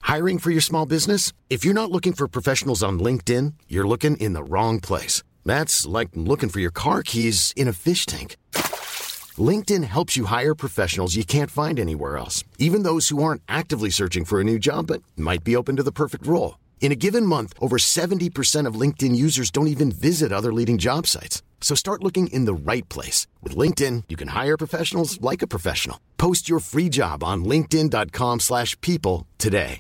Hiring for your small business? If you're not looking for professionals on LinkedIn, you're looking in the wrong place. That's like looking for your car keys in a fish tank. LinkedIn helps you hire professionals you can't find anywhere else, even those who aren't actively searching for a new job but might be open to the perfect role. In a given month, over 70% of LinkedIn users don't even visit other leading job sites. So start looking in the right place. With LinkedIn, you can hire professionals like a professional. Post your free job on linkedin.com/people today.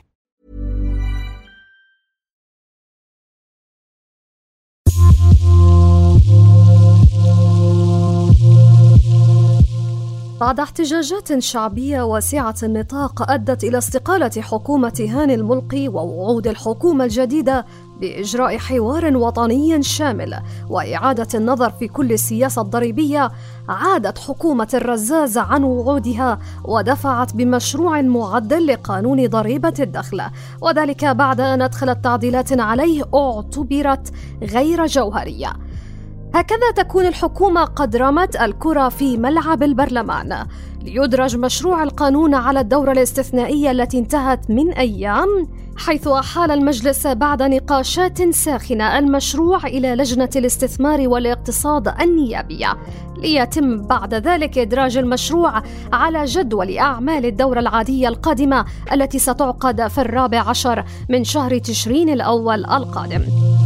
بعد احتجاجات شعبية واسعة النطاق أدت إلى استقالة حكومة هاني الملقي ووعود الحكومة الجديدة بإجراء حوار وطني شامل وإعادة النظر في كل السياسة الضريبية، عادت حكومة الرزاز عن وعودها ودفعت بمشروع معدل لقانون ضريبة الدخل، وذلك بعد أن أدخلت تعديلات عليه اعتبرت غير جوهرية. هكذا تكون الحكومة قد رمت الكرة في ملعب البرلمان ليدرج مشروع القانون على الدورة الاستثنائية التي انتهت من أيام، حيث أحال المجلس بعد نقاشات ساخنة المشروع إلى لجنة الاستثمار والاقتصاد النيابية، ليتم بعد ذلك إدراج المشروع على جدول أعمال الدورة العادية القادمة التي ستعقد في 14 من شهر تشرين الأول القادم.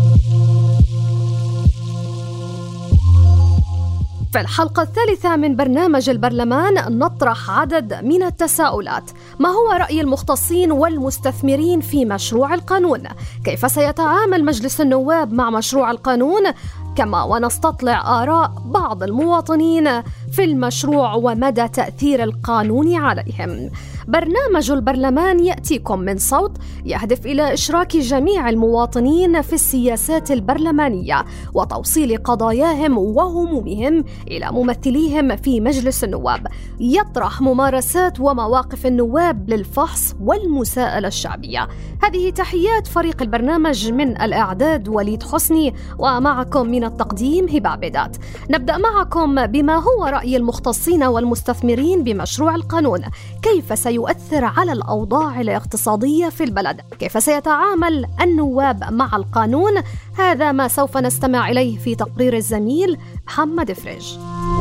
في الحلقة الثالثة من برنامج البرلمان نطرح عدد من التساؤلات: ما هو رأي المختصين والمستثمرين في مشروع القانون؟ كيف سيتعامل مجلس النواب مع مشروع القانون؟ كما ونستطلع آراء بعض المواطنين في المشروع ومدى تأثير القانون عليهم. برنامج البرلمان يأتيكم من صوت يهدف إلى إشراك جميع المواطنين في السياسات البرلمانية وتوصيل قضاياهم وهمومهم إلى ممثليهم في مجلس النواب، يطرح ممارسات ومواقف النواب للفحص والمساءلة الشعبية. هذه تحيات فريق البرنامج، من الإعداد وليد حسني، ومعكم من التقديم هبة عبيدات. نبدأ معكم بما هو رأي المختصين والمستثمرين بمشروع القانون، كيف سيؤثر على الأوضاع الاقتصادية في البلد، كيف سيتعامل النواب مع القانون. هذا ما سوف نستمع إليه في تقرير الزميل محمد فريج.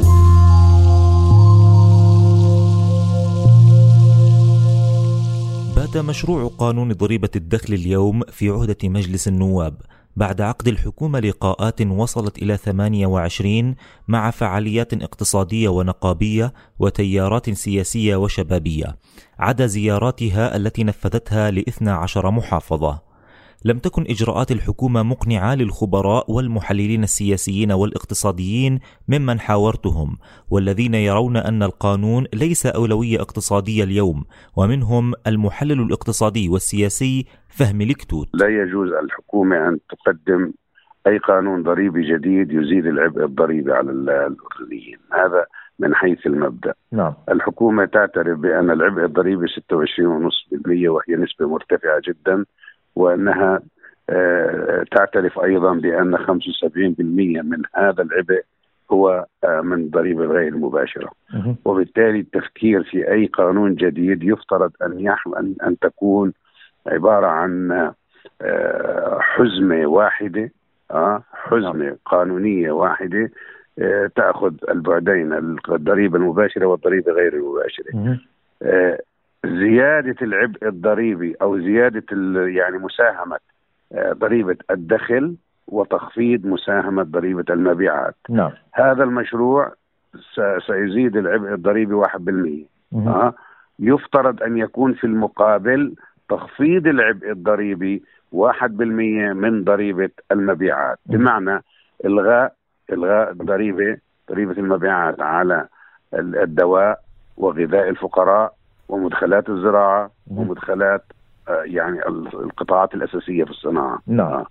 بات مشروع قانون ضريبة الدخل اليوم في عهدة مجلس النواب بعد عقد الحكومة لقاءات وصلت إلى 28 مع فعاليات اقتصادية ونقابية وتيارات سياسية وشبابية، عدا زياراتها التي نفذتها ل12 محافظة. لم تكن إجراءات الحكومة مقنعة للخبراء والمحللين السياسيين والاقتصاديين ممن حاورتهم، والذين يرون أن القانون ليس أولوية اقتصادية اليوم، ومنهم المحلل الاقتصادي والسياسي فهمي الكتوت. لا يجوز الحكومة أن تقدم أي قانون ضريبي جديد يزيد العبء الضريبي على الأردنيين، هذا من حيث المبدأ. نعم. الحكومة تعترف بأن العبء الضريبي 26.5%، وهي نسبة مرتفعة جدا، وأنها تعترف أيضا بأن 75% من هذا العبء هو من ضريبة غير المباشرة. وبالتالي التفكير في أي قانون جديد يفترض أن تكون عبارة عن حزمة واحدة، حزمة قانونية واحدة تأخذ البعدين، الضريبة المباشرة والضريبة غير المباشرة. زيادة العبء الضريبي أو زيادة يعني مساهمة ضريبة الدخل وتخفيض مساهمة ضريبة المبيعات. نعم. هذا المشروع سيزيد العبء الضريبي 1%. يفترض أن يكون في المقابل تخفيض العبء الضريبي 1% من ضريبة المبيعات، بمعنى إلغاء ضريبة المبيعات على الدواء وغذاء الفقراء ومدخلات الزراعة ومدخلات يعني القطاعات الأساسية في الصناعة. نعم.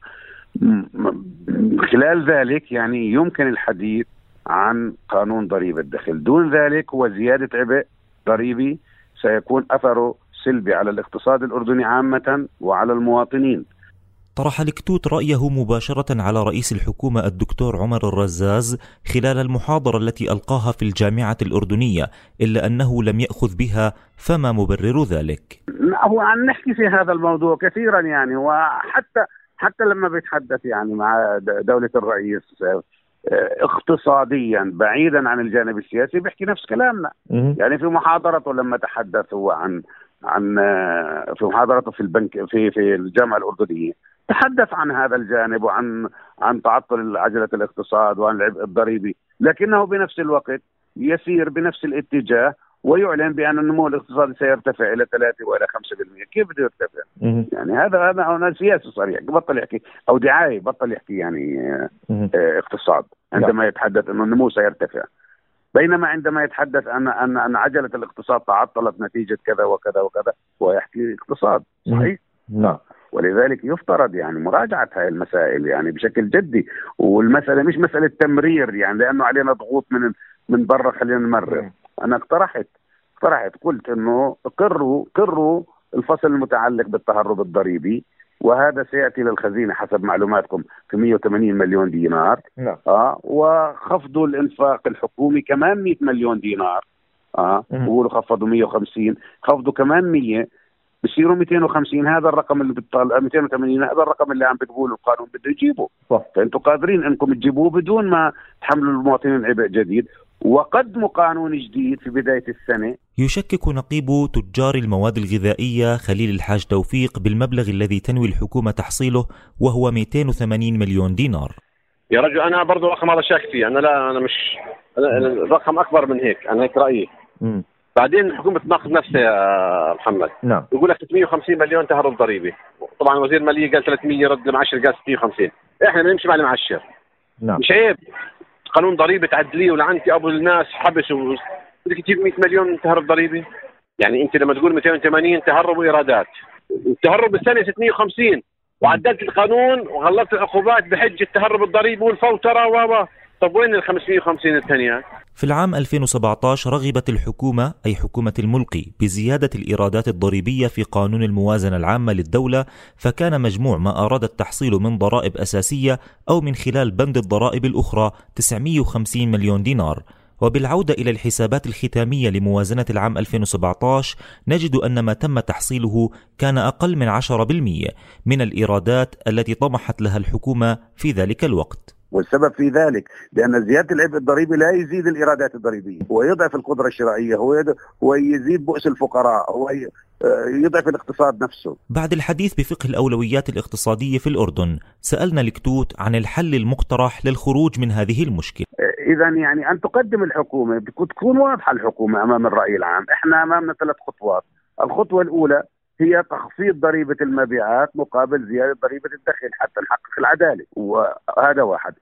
خلال ذلك يعني يمكن الحديث عن قانون ضريبة الدخل. دون ذلك هو زيادة عبء ضريبي سيكون أثره سلبي على الاقتصاد الأردني عامة وعلى المواطنين. طرح الكتوت رأيه مباشرة على رئيس الحكومة الدكتور عمر الرزاز خلال المحاضرة التي ألقاها في الجامعة الأردنية، إلا أنه لم يأخذ بها، فما مبرر ذلك؟ هو عن نحكي في هذا الموضوع كثيرا يعني، وحتى لما بيتحدث يعني مع دولة الرئيس اقتصاديا بعيدا عن الجانب السياسي بيحكي نفس كلامنا. يعني في محاضرته لما تحدث هو عن في محاضرته في البنك في الجامعة الأردنية تحدث عن هذا الجانب وعن تعطل عجلة الاقتصاد وعن العبء الضريبي، لكنه بنفس الوقت يسير بنفس الاتجاه ويعلن بأن النمو الاقتصادي سيرتفع إلى 3 وإلى 5%. كيف بده يرتفع؟ يعني هذا هنا سياسي صريح، بطل يحكي أو دعاية، بطل يحكي يعني اقتصاد عندما يتحدث أنه النمو سيرتفع، بينما عندما يتحدث أن عجلة الاقتصاد تعطلت نتيجة كذا وكذا وكذا ويحكي اقتصاد. صحيح؟ نعم. ولذلك يفترض يعني مراجعة هاي المسائل يعني بشكل جدي، والمسألة مش مسألة تمرير يعني لأنه علينا ضغوط من برا خلينا نمرر. أنا اقترحت قلت إنه قروا الفصل المتعلق بالتهرب الضريبي، وهذا سيأتي للخزينة حسب معلوماتكم في 180 مليون دينار. وخفضوا الإنفاق الحكومي كمان 100 مليون دينار. بيقولوا خفضوا 150، خفضوا كمان 100، بصيروا 250. هذا الرقم اللي بتطلع 280، هذا الرقم اللي عم بتقولوا القانون بده يجيبه. فأنتم قادرين أنكم تجيبوه بدون ما تحملوا المواطنين عبء جديد، وقدموا قانون جديد في بداية السنة. يشكك نقيب تجار المواد الغذائية خليل الحاج توفيق بالمبلغ الذي تنوي الحكومة تحصيله وهو 280 مليون دينار. يا رجل أنا برضو رقم هذا شاك فيه، أنا مش الرقم أكبر من هيك، أنا هيك رأيي. بعدين الحكومة تناقض نفسها يا محمد. نعم. يقول لك 350 مليون تهرب ضريبي، طبعا وزير المالية قال 300 رد معشر قال 650، احنا بنمشي مع المعشر. نعم. مش عيب قانون ضريبة تعدليه ولعنتي ابو الناس حبس بدك تجيب 100 مليون تهرب ضريبي؟ يعني انت لما تقول 280 تهرب وايرادات، التهرب السنة 650 وعدلت القانون وغلظت العقوبات بحجة التهرب الضريبي والفوترة طب وين ال 550 الثانية؟ في العام 2017 رغبت الحكومة أي حكومة الملقي بزيادة الإيرادات الضريبية في قانون الموازنة العامة للدولة، فكان مجموع ما أرادت تحصيله من ضرائب أساسية أو من خلال بند الضرائب الأخرى 950 مليون دينار. وبالعودة إلى الحسابات الختامية لموازنة العام 2017 نجد أن ما تم تحصيله كان أقل من 10% من الإيرادات التي طمحت لها الحكومة في ذلك الوقت. والسبب في ذلك لأن زيادة العبء الضريبي لا يزيد الإيرادات الضريبية، هو يضعف القدرة الشرائية، هو يزيد بؤس الفقراء، هو يضعف الاقتصاد نفسه. بعد الحديث بفقه الأولويات الاقتصادية في الأردن سألنا الكتوت عن الحل المقترح للخروج من هذه المشكلة. إذا يعني أن تقدم الحكومة تكون واضحة الحكومة أمام الرأي العام. إحنا أمامنا 3 خطوات. الخطوة الأولى هي تخفيض ضريبة المبيعات مقابل زيادة ضريبة الدخل حتى نحقق العدالة، وهذا 1.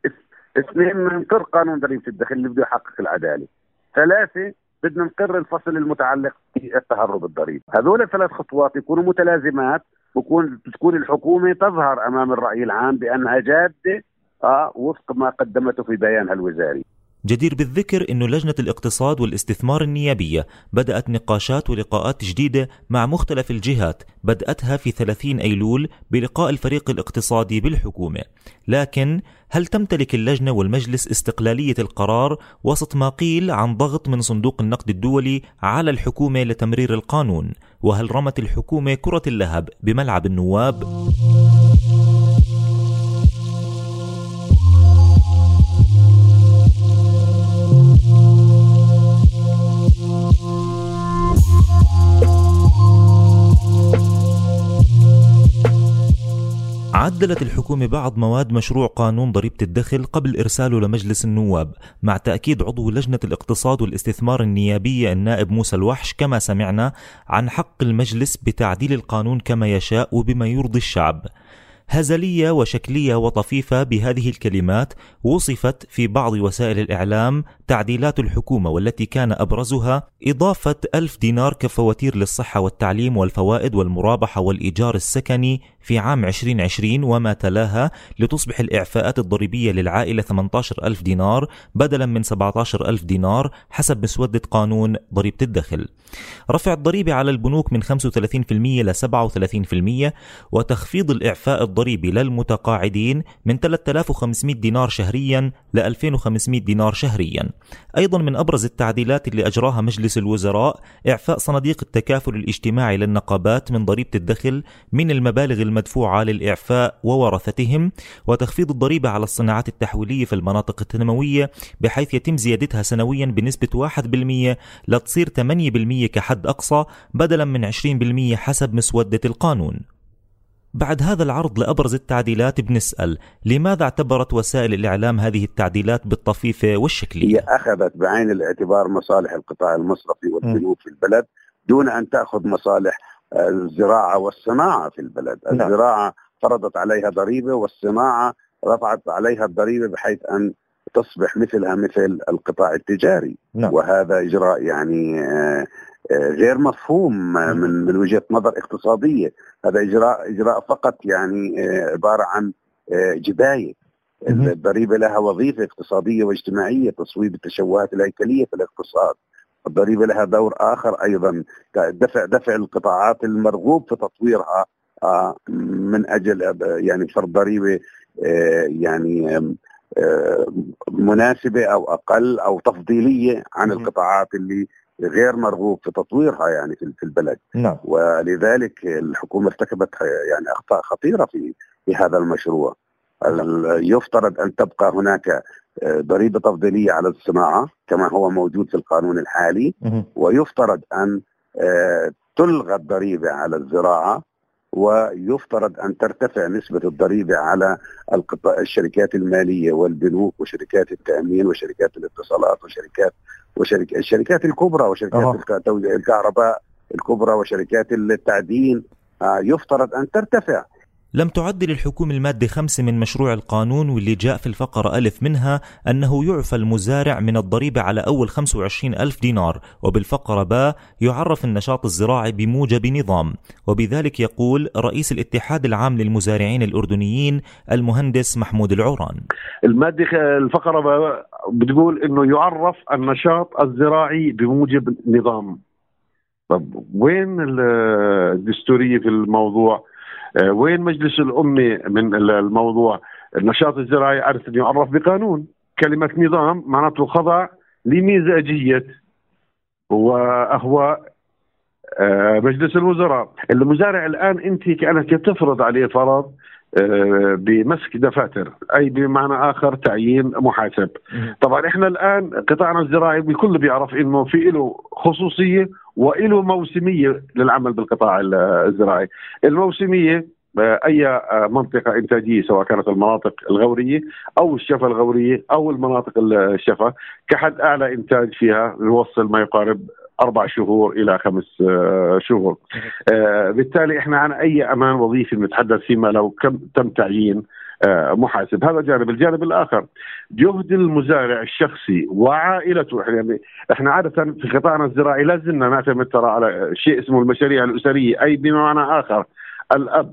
2 ننقر قانون ضريبة الدخل اللي بده يحقق العدالة. 3 بدنا نقر الفصل المتعلق بالتهرب الضريبي. هذول 3 خطوات يكونوا متلازمات، تكون الحكومة تظهر أمام الرأي العام بأنها جادة وفق ما قدمته في بيانها الوزاري. جدير بالذكر أن لجنة الاقتصاد والاستثمار النيابية بدأت نقاشات ولقاءات جديدة مع مختلف الجهات بدأتها في 30 أيلول بلقاء الفريق الاقتصادي بالحكومة. لكن هل تمتلك اللجنة والمجلس استقلالية القرار وسط ما قيل عن ضغط من صندوق النقد الدولي على الحكومة لتمرير القانون؟ وهل رمت الحكومة كرة اللهب بملعب النواب؟ عدلت الحكومة بعض مواد مشروع قانون ضريبة الدخل قبل إرساله لمجلس النواب، مع تأكيد عضو لجنة الاقتصاد والاستثمار النيابية النائب موسى الوحش كما سمعنا عن حق المجلس بتعديل القانون كما يشاء وبما يرضي الشعب. هزلية وشكلية وطفيفة بهذه الكلمات وصفت في بعض وسائل الإعلام تعديلات الحكومة، والتي كان أبرزها إضافة 1000 دينار كفواتير للصحة والتعليم والفوائد والمرابحة والإيجار السكني في عام 2020 وما تلاها، لتصبح الإعفاءات الضريبية للعائلة 18,000 دينار بدلا من 17,000 دينار حسب مسودة قانون ضريبة الدخل. رفع الضريبة على البنوك من 35% ل 37%، وتخفيض الإعفاء الضريبي الضريبي للمتقاعدين من 3500 دينار شهريا ل 2500 دينار شهريا. أيضا من أبرز التعديلات اللي أجراها مجلس الوزراء إعفاء صناديق التكافل الاجتماعي للنقابات من ضريبة الدخل من المبالغ المدفوعة للإعفاء وورثتهم، وتخفيض الضريبة على الصناعات التحويلية في المناطق التنموية بحيث يتم زيادتها سنويا بنسبة 1% لتصير 8% كحد أقصى بدلا من 20% حسب مسودة القانون. بعد هذا العرض لأبرز التعديلات بنسأل لماذا اعتبرت وسائل الإعلام هذه التعديلات بالطفيفة والشكلية؟ هي أخذت بعين الاعتبار مصالح القطاع المصرفي والبنوك في البلد دون أن تأخذ مصالح الزراعة والصناعة في البلد. الزراعة فرضت عليها ضريبة والصناعة رفعت عليها الضريبة بحيث أن تصبح مثلها مثل القطاع التجاري. وهذا إجراء يعني غير مفهوم من وجهة نظر اقتصادية. هذا إجراء فقط يعني عبارة عن جباية. الضريبة لها وظيفة اقتصادية واجتماعية، تصويب التشوهات الهيكلية في الاقتصاد. الضريبة لها دور آخر أيضا، دفع القطاعات المرغوب في تطويرها من أجل يعني فرض ضريبة يعني مناسبة أو أقل أو تفضيلية عن القطاعات اللي غير مرغوب في تطويرها يعني في البلد. ولذلك الحكومة ارتكبت يعني أخطاء خطيرة في هذا المشروع. يفترض أن تبقى هناك ضريبة تفضيلية على الصناعة كما هو موجود في القانون الحالي، ويفترض أن تلغى الضريبة على الزراعة، ويفترض أن ترتفع نسبة الضريبة على الشركات المالية والبنوك وشركات التأمين وشركات الاتصالات الشركات الكبرى وشركات الكهرباء الكبرى وشركات التعدين يفترض أن ترتفع. لم تعدل الحكومة المادة 5 من مشروع القانون، واللي جاء في الفقرة ألف منها أنه يعفى المزارع من الضريبة على أول 25,000 دينار، وبالفقرة باء يعرف النشاط الزراعي بموجب نظام. وبذلك يقول رئيس الاتحاد العام للمزارعين الأردنيين المهندس محمود العوران. المادة الفقرة باء بتقول أنه يعرف النشاط الزراعي بموجب نظام. طب وين الدستورية في الموضوع؟ وين مجلس الأمة من الموضوع؟ النشاط الزراعي عرف أن يعرف بقانون. كلمة نظام معناته خضع لمزاجية وأهواء مجلس الوزراء. المزارع الآن أنت كأنك تفرض عليه فرض بمسك دفاتر، أي بمعنى آخر تعيين محاسب. طبعا إحنا الآن قطاعنا الزراعي الكل بيعرف إنه في له خصوصية وإله موسمية للعمل بالقطاع الزراعي. الموسمية أي منطقة إنتاجية سواء كانت المناطق الغورية أو الشفا الغورية أو المناطق الشفا كحد أعلى إنتاج فيها يوصل ما يقارب 4 شهور إلى 5 شهور. بالتالي إحنا عن أي أمان وظيفي نتحدث فيما لو تم تعيين محاسب. هذا جانب. الجانب الآخر جهد المزارع الشخصي وعائلته. يعني إحنا عادة في قطاعنا الزراعي لازلنا نعتمد ترى على شيء اسمه المشاريع الأسرية، أي بمعنى آخر الأب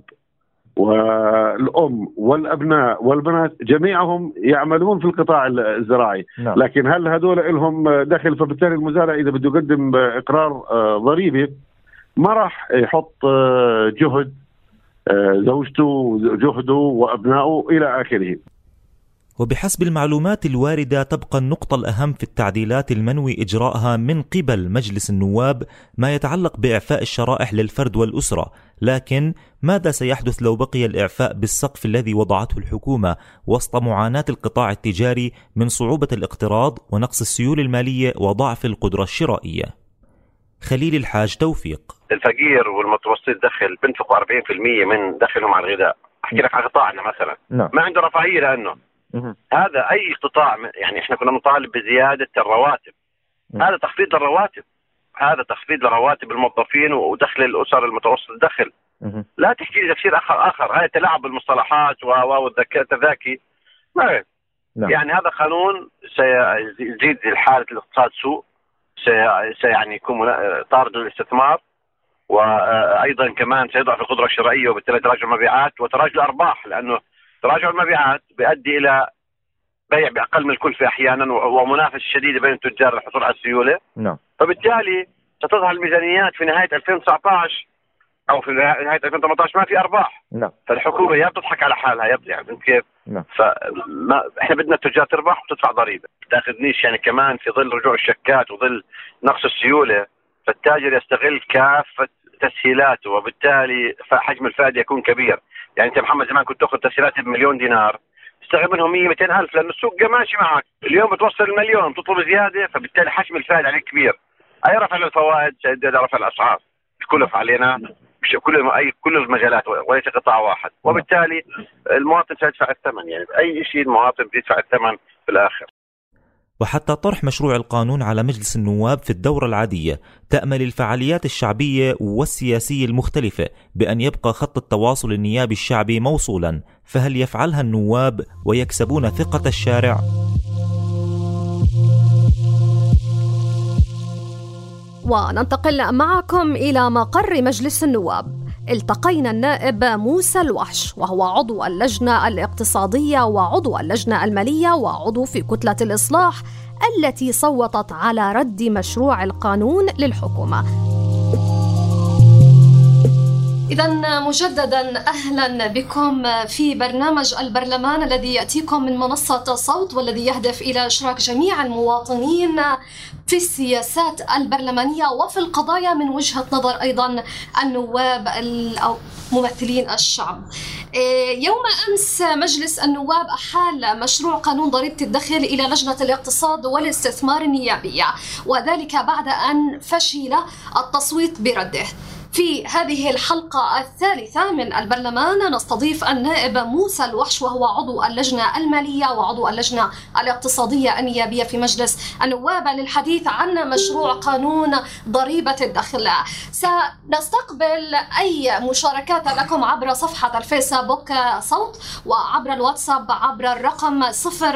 والأم والأبناء والبنات جميعهم يعملون في القطاع الزراعي. لكن هل هذول لهم دخل؟ فبالتالي المزارع إذا بده يقدم إقرار ضريبي ما راح يحط جهد زوجته جهده وأبنائه إلى آخره. وبحسب المعلومات الواردة تبقى النقطة الأهم في التعديلات المنوي إجراءها من قبل مجلس النواب ما يتعلق بإعفاء الشرائح للفرد والأسرة. لكن ماذا سيحدث لو بقي الإعفاء بالسقف الذي وضعته الحكومة وسط معاناة القطاع التجاري من صعوبة الاقتراض ونقص السيولة المالية وضعف القدرة الشرائية؟ خليل الحاج توفيق. الفقير والمتوسط الدخل بينفقوا 40% من دخلهم على الغذاء. أحكي لك عن قطاعنا مثلا ما عنده رفاهية، لأنه هذا أي قطاع يعني إحنا كنا نطالب بزيادة الرواتب. هذا تخفيض الرواتب، هذا تخفيض لرواتب الموظفين ودخل الأسر المتوسط الدخل. لا تحكي لي تفسير آخر. هذا تلاعب بالمصطلحات والتذاكي. يعني هذا قانون سيزيد حالة الاقتصاد سوء، سيعني يكون طارد للاستثمار، وأيضا كمان سيضعف القدرة الشرائية وبالتالي تراجع المبيعات وتراجع الأرباح، لأنه تراجع المبيعات بيؤدي إلى بيع بأقل من الكلفة أحيانا ومنافسة شديدة بين التجار للحصول على السيولة. فبالتالي ستظهر الميزانيات في نهاية 2019 او في نهايه 2018 ما في ارباح. نعم. فالحكومه يا بتضحك على حالها يعني كيف؟ نعم. فما احنا بدنا التجار تربح وتدفع ضريبه، ما تاخذنيش يعني كمان في ظل رجوع الشكات وظل نقص السيوله، فالتاجر يستغل كافه تسهيلاته وبالتالي حجم الفائده يكون كبير. يعني انت محمد زمان كنت تاخذ تسهيلات ب1,000,000 دينار تستغل منهم 100-200 ألف، لانه السوق ماشي معك. اليوم بتوصل 1,000,000 تطلب زياده، فبالتالي حجم الفائده عليك كبير. اي رفع للفوائد سيؤدي الى رفع الاسعار، يكلف علينا كل المجالات وليس قطاع واحد، وبالتالي المواطن سيدفع الثمن. يعني اي شيء المواطن بيدفع الثمن في الاخر. وحتى طرح مشروع القانون على مجلس النواب في الدورة العادية تأمل الفعاليات الشعبية والسياسية المختلفة بأن يبقى خط التواصل النيابي الشعبي موصولا، فهل يفعلها النواب ويكسبون ثقة الشارع؟ وننتقل معكم إلى مقر مجلس النواب. التقينا النائب موسى الوحش وهو عضو اللجنة الاقتصادية وعضو اللجنة المالية وعضو في كتلة الإصلاح التي صوتت على رد مشروع القانون للحكومة. إذن مجددا أهلا بكم في برنامج البرلمان الذي يأتيكم من منصة صوت، والذي يهدف إلى إشراك جميع المواطنين في السياسات البرلمانية وفي القضايا من وجهة نظر أيضا النواب أو ممثلين الشعب. يوم أمس مجلس النواب أحال مشروع قانون ضريبة الدخل إلى لجنة الاقتصاد والاستثمار النيابية، وذلك بعد أن فشل التصويت برده. في هذه الحلقة الثالثة من البرلمان نستضيف النائب موسى الوحش وهو عضو اللجنة المالية وعضو اللجنة الاقتصادية النيابية في مجلس النواب للحديث عن مشروع قانون ضريبة الدخل. سنستقبل أي مشاركات لكم عبر صفحة الفيسبوك صوت وعبر الواتساب عبر الرقم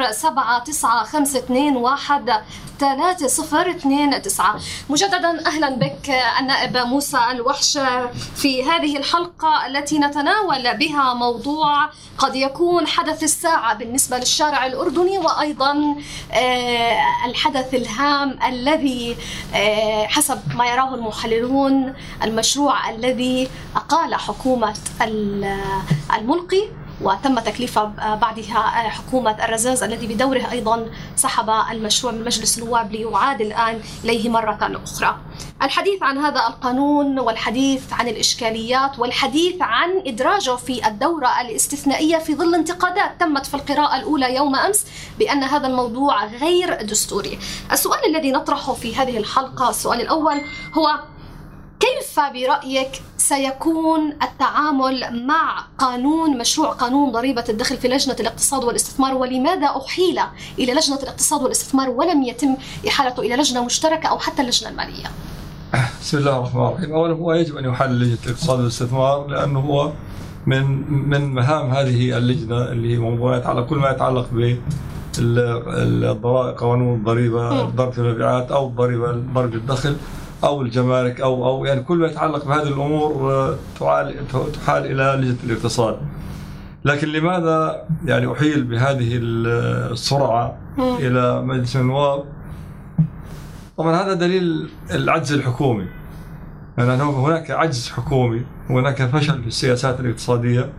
0795213029. مجددا أهلا بك النائب موسى الوحش في هذه الحلقة التي نتناول بها موضوع قد يكون حدث الساعة بالنسبة للشارع الأردني، وأيضا الحدث الهام الذي حسب ما يراه المحللون المشروع الذي أقال حكومة الملقي وتم تكليف بعدها حكومة الرزاز الذي بدوره أيضا سحب المشروع من مجلس النواب ليعاد الآن إليه مرة أخرى. الحديث عن هذا القانون والحديث عن الإشكاليات والحديث عن إدراجه في الدورة الاستثنائية في ظل انتقادات تمت في القراءة الأولى يوم أمس بأن هذا الموضوع غير دستوري. السؤال الذي نطرحه في هذه الحلقة، السؤال الأول هو: كيف برأيك سيكون التعامل مع مشروع قانون ضريبة الدخل في لجنة الاقتصاد والاستثمار، ولماذا أحيل إلى لجنة الاقتصاد والاستثمار ولم يتم إحالته إلى لجنة مشتركة أو حتى اللجنة المالية؟ بسم الله الرحمن الرحيم. أولا هو يجب أن يحل لجنة الاقتصاد والاستثمار، لأنه هو من مهام هذه اللجنة اللي هي موضوعات على كل ما يتعلق بالضرائب، قانون الضريبة، ضريبة المبيعات أو ضريبة الدخل أو الجمارك أو يعني كل ما يتعلق بهذه الأمور تحال إلى لجنة الاقتصاد. لكن لماذا يعني أحيل بهذه السرعة إلى مجلس النواب؟ طبعا هذا دليل العجز الحكومي، يعني هناك عجز حكومي، هناك فشل في السياسات الاقتصادية،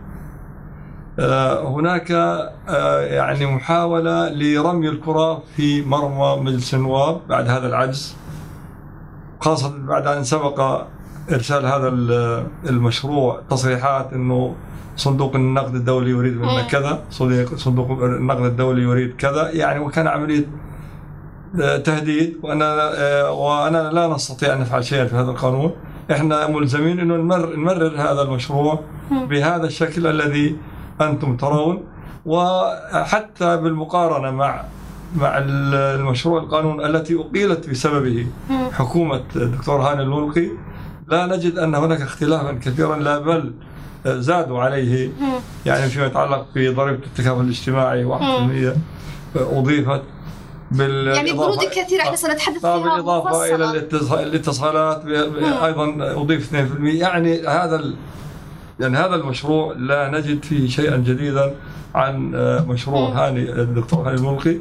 هناك يعني محاولة لرمي الكرة في مرمى مجلس النواب بعد هذا العجز، خاصة بعد أن سبق إرسال هذا المشروع تصريحات إنه صندوق النقد الدولي يريد منا كذا، صندوق النقد الدولي يريد كذا، يعني وكان عملية تهديد، وأنا لا نستطيع أن نفعل شيئا في هذا القانون. إحنا ملزمين إنه نمرر هذا المشروع بهذا الشكل الذي أنتم ترون، وحتى بالمقارنة مع المشروع القانون التي أقيلت بسببه حكومة الدكتور هاني الملقي، لا نجد أن هناك اختلافا كثيرا، لا بل زادوا عليه. يعني فيما يتعلق بضريبة التكافل الاجتماعي 1% أضيفت يعني بنود كثيرة احنا سنتحدث فيها بالإضافة إلى الاتصالات أيضا أضيف 2%. يعني هذا المشروع لا نجد فيه شيئا جديدا عن مشروع الدكتور هاني الملقي،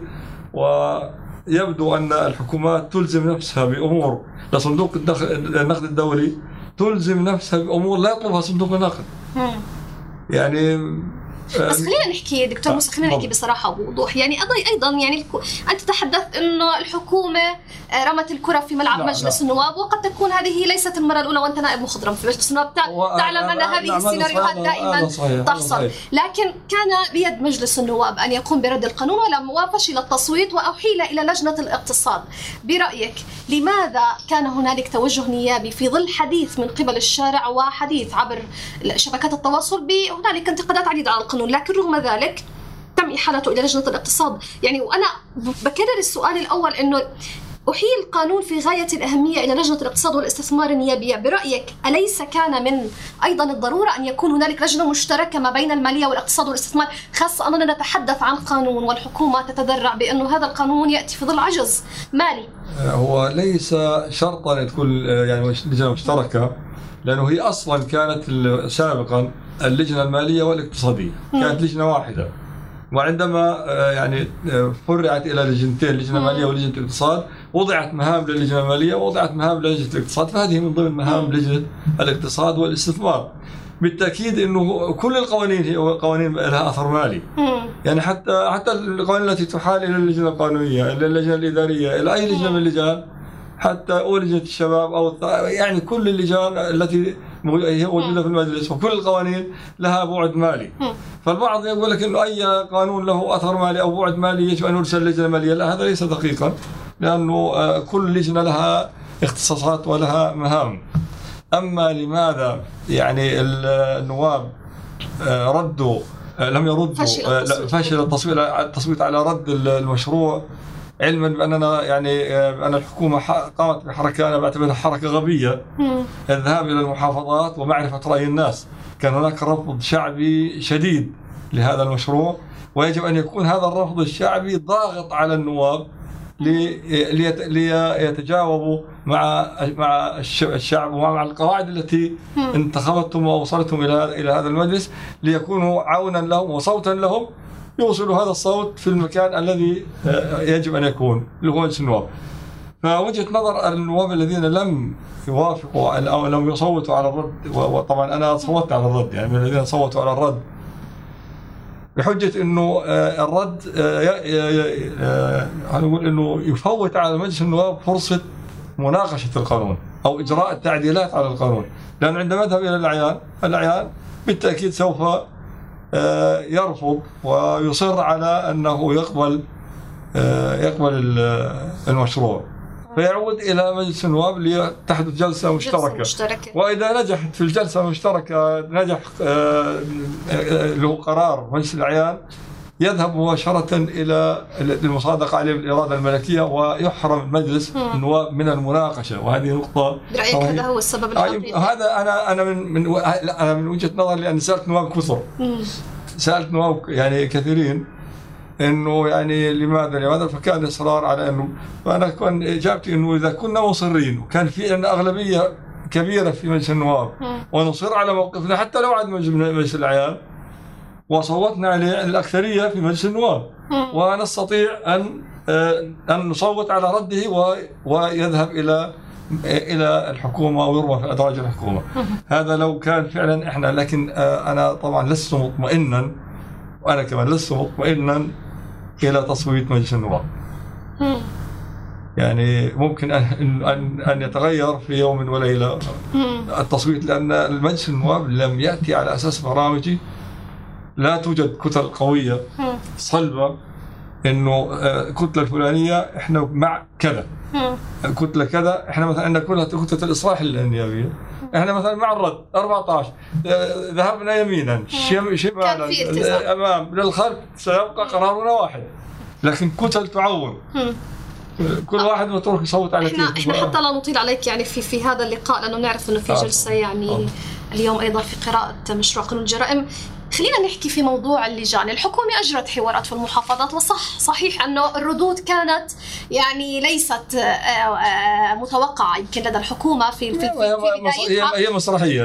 ويبدو أن الحكومات تلزم نفسها بأمور لصندوق النقد الدولي، تلزم نفسها بأمور لا يطلبها صندوق النقد. يعني بس خلينا نحكي دكتور موسى، خلينا نحكي بصراحة وبوضوح. يعني أيضا يعني أنت تحدثت إنه الحكومة رمت الكرة في ملعب مجلس النواب، وقد تكون هذه ليست المرة الأولى وأنت نائب مخضرم في مجلس النواب، تعلم أن هذه السيناريوهات دائما تحصل. لكن كان بيد مجلس النواب أن يقوم برد القانون وفشل التصويت وأحيل إلى لجنة الاقتصاد. برأيك لماذا كان هنالك توجه نيابي في ظل حديث من قبل الشارع وحديث عبر شبكات التواصل هنالك انتقادات عديدة على القانون، لكن رغم ذلك تم إحالته إلى لجنة الاقتصاد؟ يعني وأنا بكرر السؤال الأول، إنه أحيل القانون في غاية الأهمية إلى لجنة الاقتصاد والاستثمار النيابية. برأيك أليس كان من أيضا الضرورة أن يكون هنالك لجنة مشتركة ما بين المالية والاقتصاد والاستثمار، خاصة أننا نتحدث عن قانون والحكومة تتذرع بأنه هذا القانون يأتي في ظل عجز مالي؟ هو ليس شرطا أن تكون يعني لجنة مشتركة، لأنه هي أصلا كانت سابقا اللجنة المالية والاقتصادية كانت لجنة واحدة، وعندما يعني فرعت إلى لجنتين، لجنة مالية ولجنة الاقتصاد، وضعت مهام للجنة المالية ووضعت مهام للجنة الاقتصاد، فهذه من ضمن مهام لجنة الاقتصاد والاستثمار. بالتأكيد إنه كل القوانين هي قوانين لها أثر مالي، يعني حتى القوانين التي تحال إلى اللجنة القانونية، إلى اللجنة الإدارية، إلى أي لجنة من اللجان، حتى لجنة الشباب أو يعني كل اللجان التي هي موجودة في المجلس، وكل القوانين لها بعد مالي. فالبعض يقول لك إنه أي قانون له أثر مالي أو بعد مالي يجب أن يرسل لجنة مالية. لا، هذا ليس دقيقا، لأنه كل لجنة لها اختصاصات ولها مهام. أما لماذا يعني النواب لم يردوا فشل التصويت على رد المشروع، علما بأننا يعني أن الحكومة قامت بحركة أنا بعتبرها حركة غبية، الذهاب إلى المحافظات ومعرفة رأي الناس. كان هناك رفض شعبي شديد لهذا المشروع، ويجب أن يكون هذا الرفض الشعبي ضاغط على النواب ليتجاوبوا مع الشعب ومع القواعد التي انتخبتهم ووصلتهم إلى هذا المجلس، ليكونوا عونا لهم وصوتا لهم يوصلوا هذا الصوت في المكان الذي يجب أن يكون، اللي هو مجلس النواب. فوجهة نظر النواب الذين لم يوافقوا أو لم يصوتوا على الرد، وطبعا أنا صوتت على الرد، يعني من الذين صوتوا على الرد بحجة إنه الرد هنقول إنه يفوت على مجلس النواب فرصة مناقشة القانون أو إجراء التعديلات على القانون، لأن عندما يذهب إلى الأعيان بالتأكيد سوف يرفض ويصر على أنه يقبل المشروع، فيعود إلى مجلس النواب لتحدث جلسة مشتركة. وإذا نجحت في الجلسة المشتركة نجح له قرار مجلس الأعيان، يذهب مباشرة إلى المصادقة عليه بالإرادة الملكية، ويحرم المجلس النواب من المناقشة. وهذه نقطة برأيك هذا هو السبب الحقيقي؟ هذا أنا من وجهة نظري، لأن سألت نواب كثر، سألت نواب يعني كثيرين إنه يعني لماذا، فكان إصرار على إنه، فأنا كان إجابتي إنه إذا كنا مصرين وكان في عندنا أغلبية كبيرة في مجلس النواب ونصر على موقفنا حتى لو عاد مجلس الأعيان وصوتنا عليه الأكثرية في مجلس النواب، ونستطيع أن نصوت على رده ويذهب إلى الحكومة ويرمى في أدراج الحكومة. هذا لو كان فعلا إحنا، لكن أنا طبعا لست مطمئنا، وأنا كمان لست مطمئنا إلى تصويت مجلس النواب. يعني ممكن أن يتغير في يوم وليلة التصويت، لأن المجلس النواب لم يأتي على أساس برامجي. لا توجد كتل قوية صلبة إنه الكتلة الفلانية إحنا مع كذا، الكتلة كذا. إحنا مثلا عندنا كتلة الإصلاح النيابية، إحنا مثلا مع الرد 14 ذهبنا يمينا شمالا أمام للخلف، سيبقى قرارنا واحد، لكن كتل تعوض كل واحد متروك يصوت على كيف. احنا حتى لا نطيل عليك يعني في هذا اللقاء، لأنه نعرف إنه في جلسة يعني اليوم أيضا في قراءة مشروع قانون الجرائم. خلينا نحكي في موضوع اللجان. الحكومة أجرت حوارات في المحافظات، صحيح أنه الردود كانت يعني ليست متوقعة يمكن لدى الحكومة في هي مسرحية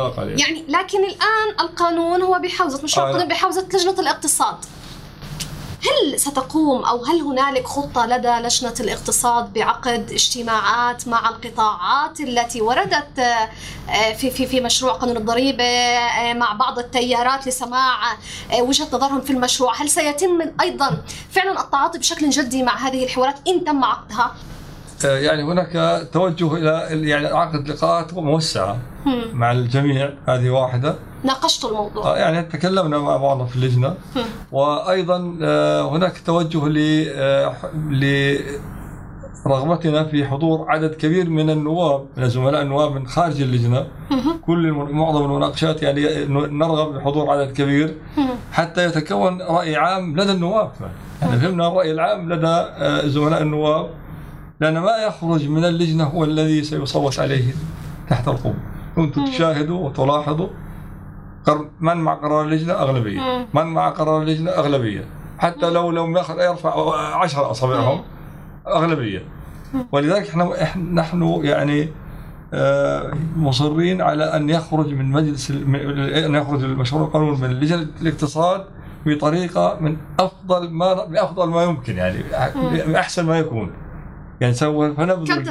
يعني لكن الآن القانون هو بحوزة مشروع قانون بحوزة لجنة الاقتصاد. هل ستقوم أو هل هنالك خطة لدى لجنة الاقتصاد بعقد اجتماعات مع القطاعات التي وردت في مشروع قانون الضريبة مع بعض التيارات لسماع وجهة نظرهم في المشروع؟ هل سيتم أيضا فعلا التعاطي بشكل جدي مع هذه الحوارات إن تم عقدها؟ يعني هناك توجه إلى يعني عقد لقاءات موسعة مع الجميع، هذه واحدة. ناقشتوا الموضوع؟ يعني تكلمنا مع بعضنا في اللجنة. وأيضا هناك توجه لرغبتنا في حضور عدد كبير من النواب، من زملاء النواب من خارج اللجنة. معظم المناقشات يعني نرغب بحضور عدد كبير حتى يتكون رأي عام لدى النواب. يعني فهمنا الرأي العام لدى زملاء النواب، لأن ما يخرج من اللجنة هو الذي سيصوت عليه تحت القبة. كنتم تشاهدوا وتلاحظوا من مع قرار اللجنة أغلبية، من مع قرار اللجنة أغلبية، حتى لو يرفع 10 أصابعهم أغلبية. ولذلك نحن يعني مصرين على أن يخرج من أن يخرج المشروع القانون من لجنة الاقتصاد بطريقة بأفضل ما يمكن، يعني بأحسن ما يكون. يعني سوف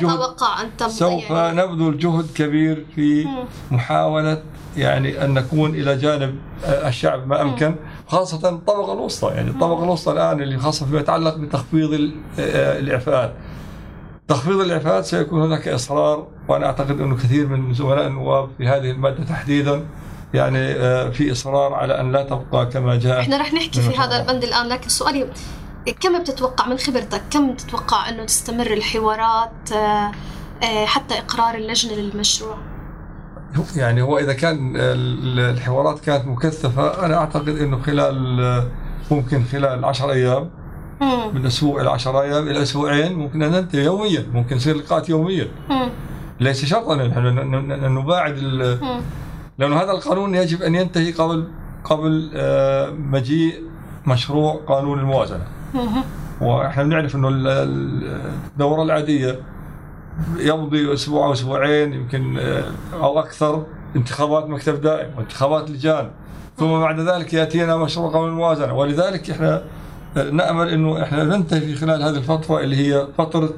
نبذل جهد كبير في محاولة يعني أن نكون إلى جانب الشعب ما أمكن، خاصة الطبقة الوسطى. يعني الطبقة الوسطى الآن اللي خاصة فيما يتعلق بتخفيض الإعفاءات. تخفيض الإعفاءات سيكون هناك إصرار، وأنا أعتقد أنه كثير من زملاء النواب في هذه المادة تحديدا يعني في إصرار على أن لا تبقى كما جاء. إحنا رح نحكي في هذا البند الآن، لكن سؤالي كم بتتوقع من خبرتك، كم تتوقع أنه تستمر الحوارات حتى إقرار اللجنة للمشروع؟ يعني هو إذا كان الحوارات كانت مكثفة، أنا أعتقد أنه ممكن خلال 10 أيام، من أسبوع إلى 10 أيام إلى أسبوعين، ممكن أن ننتهي يوميا، ممكن يصير لقاءات يوميا. ليس شرطا أن نباعد لأن هذا القانون يجب أن ينتهي قبل مجيء مشروع قانون الموازنة. وإحنا بنعرف أنه الدورة العادية يمضي أسبوع أو أسبوعين يمكن أو أكثر، انتخابات مكتب دائم وانتخابات لجان، ثم بعد ذلك يأتينا مشروع قانون الموازنة. ولذلك إحنا نأمل أنه إحنا ننتهي في خلال هذه الفترة اللي هي فترة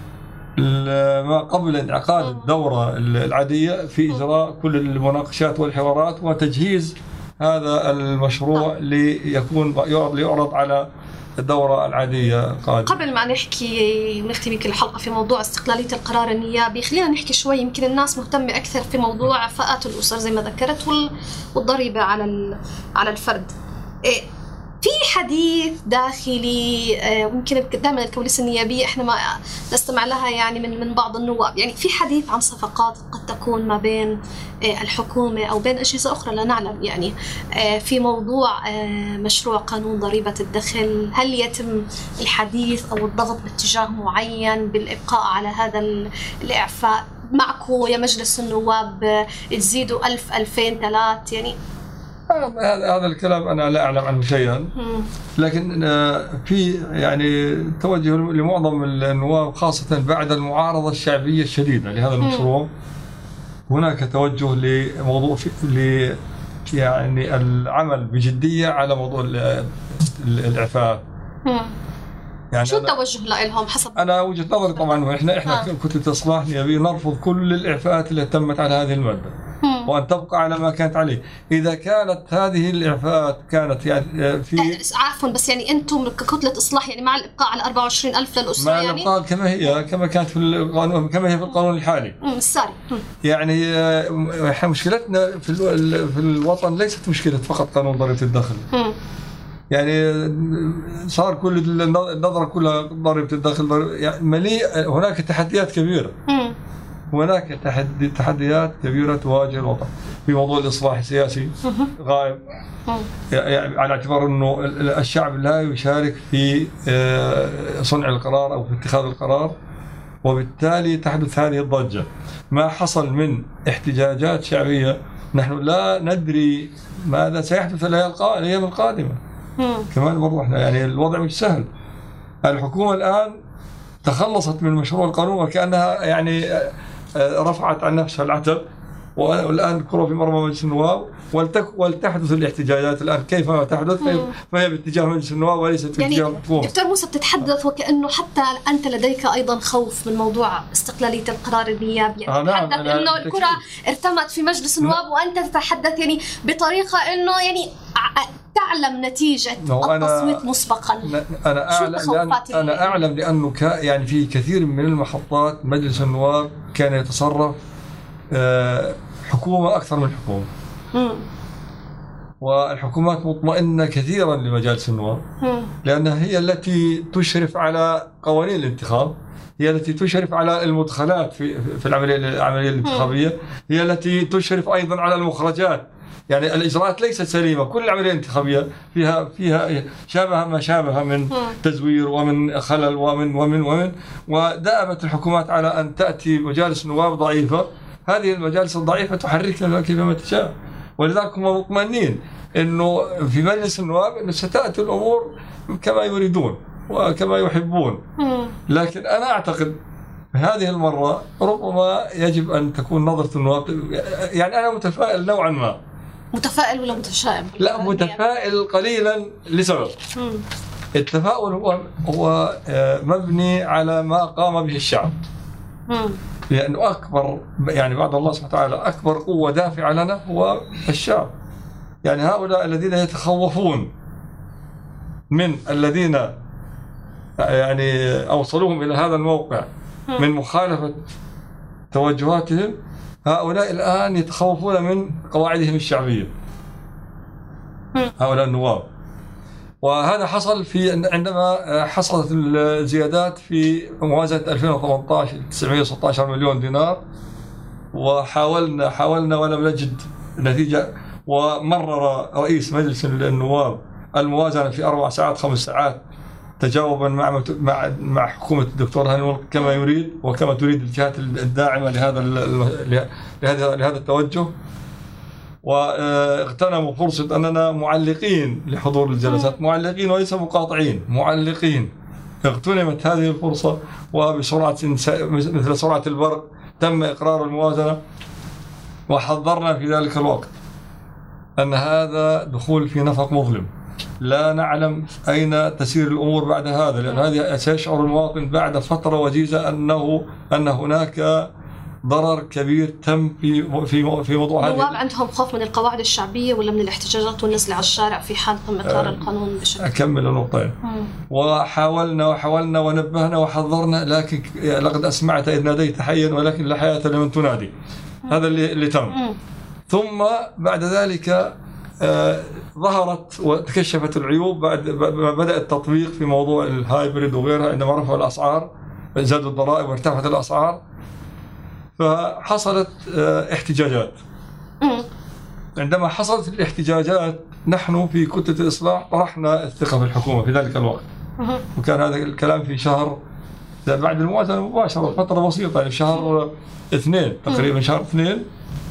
ما قبل انعقاد الدورة العادية في إجراء كل المناقشات والحوارات وتجهيز هذا المشروع ليعرض على الدورة العادية القادمة. قبل ما نحكي ونختم الحلقة في موضوع استقلالية القرار النيابي، خلينا نحكي شوي، يمكن الناس مهتمة أكثر في موضوع فئات الأسر زي ما ذكرت والضريبة على الفرد. في حديث داخلي ويمكن دائما الكواليس النيابية احنا ما نستمع لها يعني من بعض النواب، يعني في حديث عن صفقات قد تكون ما بين الحكومة أو بين أجهزة أخرى لا نعلم، يعني في موضوع مشروع قانون ضريبة الدخل. هل يتم الحديث أو الضغط باتجاه معين بالإبقاء على هذا الإعفاء معكم يا مجلس النواب، تزيدوا 1000 2000 3 يعني؟ هذا الكلام أنا لا أعلم عنه شيئا، لكن في يعني توجه لمعظم النواب خاصة بعد المعارضة الشعبية الشديدة لهذا المشروع. هناك توجه لموضوع يعني العمل بجدية على موضوع الإعفاء. يعني شو التوجه لهم حسب؟ أنا وجهة نظري طبعا إحنا كتلة إصلاح نيابية نرفض كل الإعفاءات اللي تمت على هذه المادة، وأن تبقى على ما كانت عليه. إذا كانت هذه الإعفاءات كانت يعني في عفوا بس يعني أنتم ككتلة إصلاح يعني مع الإبقاء على 24,000 للأسرة، مع الإبقاء كما كانت في القانون، كما هي في القانون الحالي الساري. يعني إحنا مشكلتنا في الوطن ليست مشكلة فقط قانون ضريبة الدخل. يعني صار كل النظرة كلها ضريبة الدخل يعني مليء. هناك تحديات كبيرة، هناك تحديات كبيرة تواجه الوطن في موضوع الإصلاح السياسي غائب، يعني على اعتبار أنه الشعب لا يشارك في صنع القرار أو في اتخاذ القرار، وبالتالي تحدث هذه الضجة. ما حصل من احتجاجات شعبية نحن لا ندري ماذا سيحدث الأيام القادمة. كمان برضو احنا يعني الوضع مش سهل. الحكومة الآن تخلصت من مشروع القانون وكأنها يعني رفعت عن نفسها العتب والآن الكرة في مرمى مجلس النواب، ولتحدث الاحتجاجات الآن كيفما تحدث فهي باتجاه مجلس النواب وليست باتجاه الحكومة. دكتور موسى، بتتحدث وكأنه حتى أنت لديك أيضا خوف من موضوع استقلالية القرار النيابي، يعني تتحدث إنه الكرة ارتمت في مجلس النواب وأنت تتحدث يعني بطريقة إنه يعني تعلم نتيجة التصويت مسبقا. أنا أعلم لأنه يعني في كثير من المحطات مجلس النواب كان يتصرف حكومة أكثر من حكومة، والحكومات مطمئنة كثيرا لمجالس النواب لأنها هي التي تشرف على قوانين الانتخاب، هي التي تشرف على المدخلات في العملية الانتخابية، هي التي تشرف أيضا على المخرجات. يعني الإجراءات ليست سليمة، كل العملية الانتخابية فيها شابه ما شابه من تزوير ومن خلل ومن ودأبت الحكومات على أن تأتي مجالس النواب ضعيفة. هذه المجالس الضعيفة تحركها كيفما تشاء، ولذلك هم مطمئنين إنه في مجلس النواب إنه ستأتي الأمور كما يريدون وكما يحبون. لكن أنا أعتقد هذه المرة ربما يجب أن تكون نظرة النواب، يعني أنا متفائل نوعا ما. متفائل ولا متشائم؟ لا، متفائل قليلا لسبب. التفاؤل هو مبني على ما قام به الشعب، لأنه أكبر يعني بعد الله سبحانه وتعالى أكبر قوة دافعة لنا هو الشعب. يعني هؤلاء الذين يتخوفون من الذين يعني أوصلوهم إلى هذا الموقع من مخالفة توجهاتهم، هؤلاء الآن يتخوفون من قواعدهم الشعبية، هؤلاء النواب. وهذا حصل عندما حصلت الزيادات في موازنة 2018 916 مليون دينار، وحاولنا ولم نجد نتيجة، ومرر رئيس مجلس النواب الموازنة في 4 ساعات 5 ساعات تجاوبا مع حكومة الدكتور هاني ملك كما يريد وكما تريد الجهات الداعمة لهذا التوجه. واغتنموا فرصة أننا معلقين لحضور الجلسات، معلقين وليس مقاطعين، معلقين. اغتنمت هذه الفرصة وبسرعة مثل سرعة البرق تم إقرار الموازنة، وحذرنا في ذلك الوقت أن هذا دخول في نفق مظلم، لا نعلم أين تسير الأمور بعد هذا، لأن هذه سيشعر المواطن بعد فترة وجيزة أن هناك ضرر كبير تم في موضوع هذا. النواب عندهم خوف من القواعد الشعبية ولا من الاحتجاجات والنزل على الشارع في حال تم إقرار القانون بشكل؟ أكمل النقطة. وحاولنا ونبهنا وحذرنا، لكن لقد أسمعت إذ ناديت حيا ولكن لا حياة لمن تنادي. هذا اللي تم. ثم بعد ذلك ظهرت وتكشفت العيوب بعد ما بدأ التطبيق في موضوع الهايبريد وغيرها، عندما رفعوا الأسعار زادوا الضرائب وارتفعت الأسعار، فحصلت احتجاجات. عندما حصلت الاحتجاجات نحن في كتلة الإصلاح طرحنا الثقة في الحكومة في ذلك الوقت، وكان هذا الكلام في شهر بعد الموازنة مباشرة، فترة بسيطة يعني شهر 2 تقريبا، شهر 2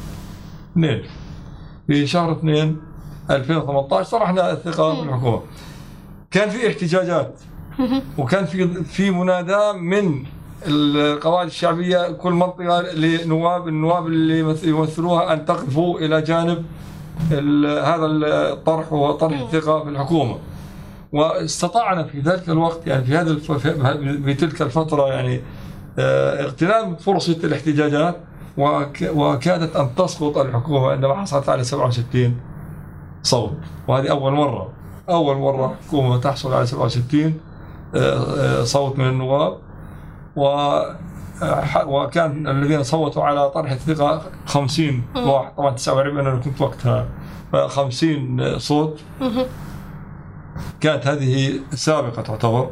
في شهر 2 2018 طرحنا الثقة في الحكومة. كان في احتجاجات وكان في مناداة من القواعد الشعبية كل منطقة النواب اللي يمثلوها أن تقفوا إلى جانب هذا الطرح وهو طرح الثقة في الحكومة. واستطعنا في ذلك الوقت يعني في تلك الفترة يعني اغتنام فرصة الاحتجاجات، وكادت أن تسقط الحكومة عندما حصلت على 67 صوت، وهذه أول مرة حكومة تحصل على 67 صوت من النواب. وكان الذين صوتوا على طرح الثقة 50 واحد، طبعا 49 أنا كنت وقتها، 50 صوت. كانت هذه سابقة تعتبر.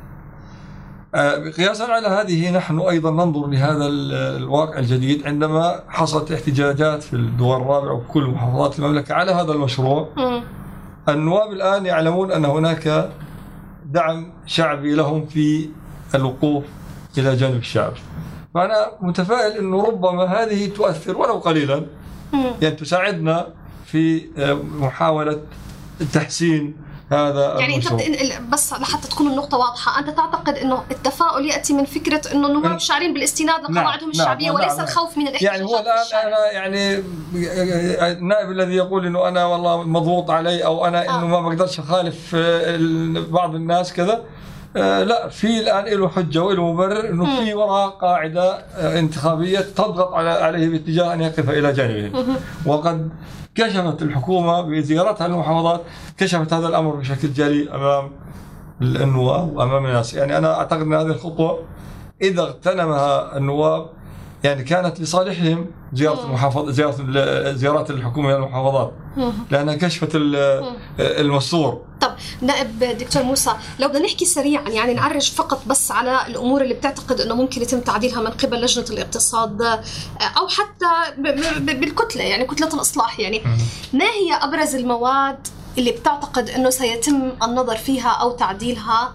قياسا على هذه نحن أيضا ننظر لهذا الواقع الجديد عندما حصلت احتجاجات في الدول الرابعة وكل محافظات المملكة على هذا المشروع. النواب الآن يعلمون أن هناك دعم شعبي لهم في الوقوف إلى جانب الشعب، فأنا متفائل أنه ربما هذه تؤثر ولو قليلا، يعني تساعدنا في محاولة تحسين هذا يعني المشروع. أنت بس لحتى تكون النقطة واضحة، أنت تعتقد أنه التفاؤل يأتي من فكرة أنه النواب شعرين بالاستناد لقواعدهم الشعبية وليس الخوف من الاحتجاجات؟ يعني هو الآن أنا يعني النائب الذي يقول إنه أنا والله مضغوط علي أو أنا إنه ما بقدرش أخالف بعض الناس كذا، لا، في الآن له حجة وله مبرر إنه في وراء قاعدة انتخابية تضغط عليه باتجاه أن يقف إلى جانبه. وقد كشفت الحكومة بزيارتها للمحافظات، كشفت هذا الأمر بشكل جلي أمام النواب وأمام الناس. يعني أنا أعتقد أن هذه الخطوة إذا اغتنمها النواب يعني كانت لصالحهم زيارة المحافظة، زيارات الحكومة للمحافظات، لأنها كشفت المستور. طب نائب دكتور موسى، لو بدنا نحكي سريعا يعني نعرج فقط بس على الأمور اللي بتعتقد أنه ممكن يتم تعديلها من قبل لجنة الاقتصاد أو حتى بالكتلة، يعني كتلة الإصلاح، يعني ما هي أبرز المواد اللي بتعتقد أنه سيتم النظر فيها أو تعديلها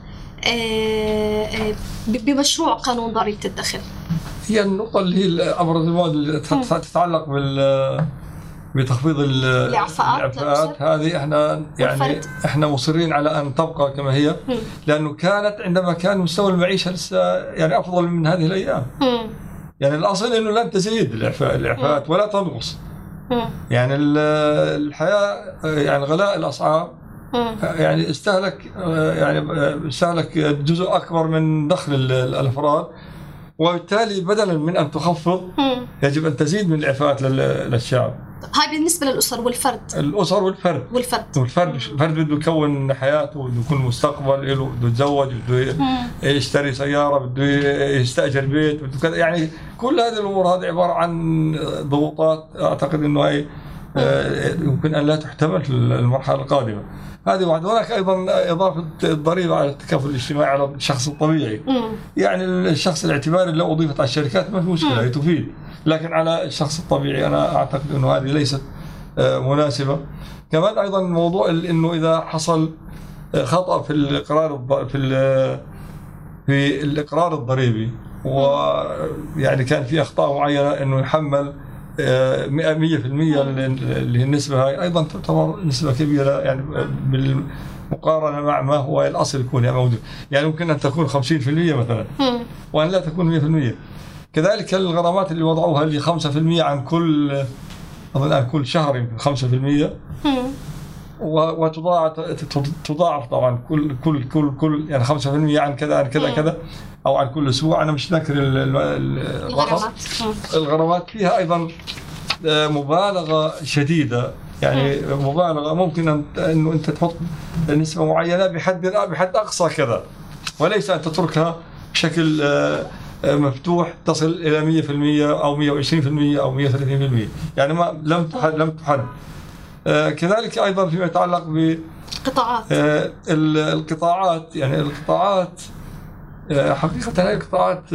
بمشروع قانون ضريبة الدخل؟ هي النقطة اللي هي أبرز المواد اللي تتعلق بتخفيض الإعفاءات. هذه احنا يعني احنا مصرين على أن تبقى كما هي، لأنه كانت عندما كان مستوى المعيشة لسه يعني أفضل من هذه الأيام. يعني الأصل إنه لن تزيد الإعفاءات ولا تنقص. يعني الحياة يعني غلاء الأسعار يعني استهلك جزء أكبر من دخل الأفراد، وبالتالي بدلا من أن تخفض يجب أن تزيد من الإعفاءات للشعب. هاي بالنسبة للأسر والفرد. الأسر والفرد بده يكون حياته، بده يكون مستقبل له، بده يتزوج، بده يشتري سيارة، بده يستأجر بيت، بده كذا. يعني كل هذه الأمور هذه عبارة عن ضغوطات أعتقد إنه هي يمكن أن لا تحتمل في المرحلة القادمة. هذه واحدة. هناك أيضا إضافة الضريبة على التكافل الاجتماعي على الشخص الطبيعي. يعني الشخص الاعتباري لو أضيفت على الشركات ما في مشكلة، هي تفيد، لكن على الشخص الطبيعي أنا أعتقد أنه هذه ليست مناسبة. كمان أيضا موضوع إنه إذا حصل خطأ في الإقرار الضريبي، ويعني كان في أخطاء معينة إنه يحمل 100% اللي هي النسبة هاي أيضا تعتبر نسبة كبيرة يعني بالمقارنة مع ما هو الأصل يكون يعني موجود. يعني ممكن أن تكون 50% مثلا وأن لا تكون 100%. كذلك الغرامات اللي وضعوها اللي 5% عن كل كل شهر يمكن 5%، وتضاعف طبعا كل يعني 5% عن كذا عن كذا كذا أو عن كل أسبوع. أنا مش ذاكر الغرامات فيها أيضا مبالغة شديدة، يعني مبالغة ممكن أنه أنت تحط نسبة معينة بحد أقصى كذا، وليس أن تتركها بشكل مفتوح تصل إلى 100% أو 120% أو 130%. يعني ما لم تحد. كذلك أيضا فيما يتعلق بقطاعات القطاعات، يعني القطاعات حقيقة هذه القطاعات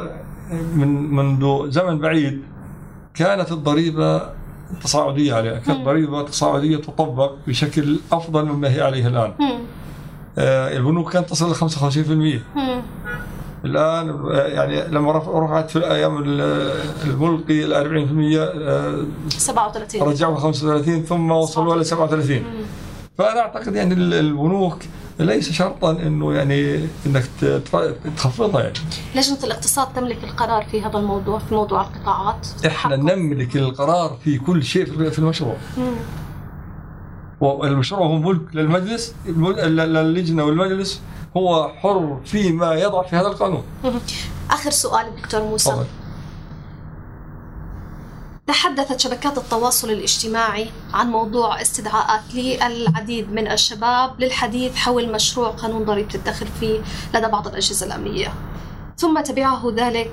منذ زمن بعيد كانت الضريبة تصاعدية عليها، كانت ضريبة تصاعدية تطبق بشكل أفضل مما هي عليه الآن. البنوك كانت تصل إلى 55%. الآن يعني لما رفعت في الأيام الملقي إلى 40% 37 رجعوا 35 ثم وصلوا إلى 37. فأنا أعتقد يعني البنوك ليس شرطا إنه يعني إنك تخفضها. يعني لجنة الاقتصاد تملك القرار في هذا الموضوع، في موضوع القطاعات. إحنا نملك القرار في كل شيء في المشروع. والمشروع هو ملك للمجلس، للجنة والمجلس هو حر فيما يضع في هذا القانون. آخر سؤال دكتور موسى. تحدثت شبكات التواصل الاجتماعي عن موضوع استدعاءات للعديد من الشباب للحديث حول مشروع قانون ضريبة الدخل لدى بعض الأجهزة الأمنية، ثم تبعه ذلك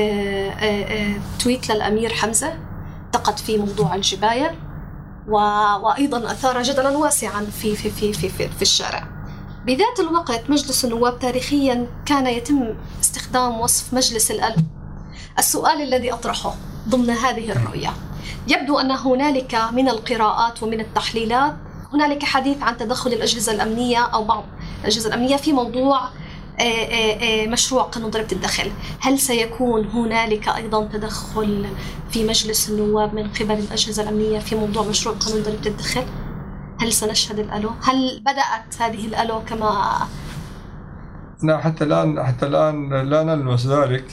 تويت للأمير حمزة انتقد في موضوع الجباية، وأيضا أثار جدلا واسعا في الشارع. بذات الوقت مجلس النواب تاريخيا كان يتم استخدام وصف مجلس الألف. السؤال الذي أطرحه ضمن هذه الرؤية، يبدو أن هنالك من القراءات ومن التحليلات هنالك حديث عن تدخل الأجهزة الأمنية أو بعض الأجهزة الأمنية في موضوع مشروع قانون ضريبة الدخل. هل سيكون هنالك أيضا تدخل في مجلس النواب من قبل الأجهزة الأمنية في موضوع مشروع قانون ضريبة الدخل؟ هل سنشهد الألو؟ هل بدأت هذه الألو كما؟ لا، حتى الآن لا نلمس ذلك.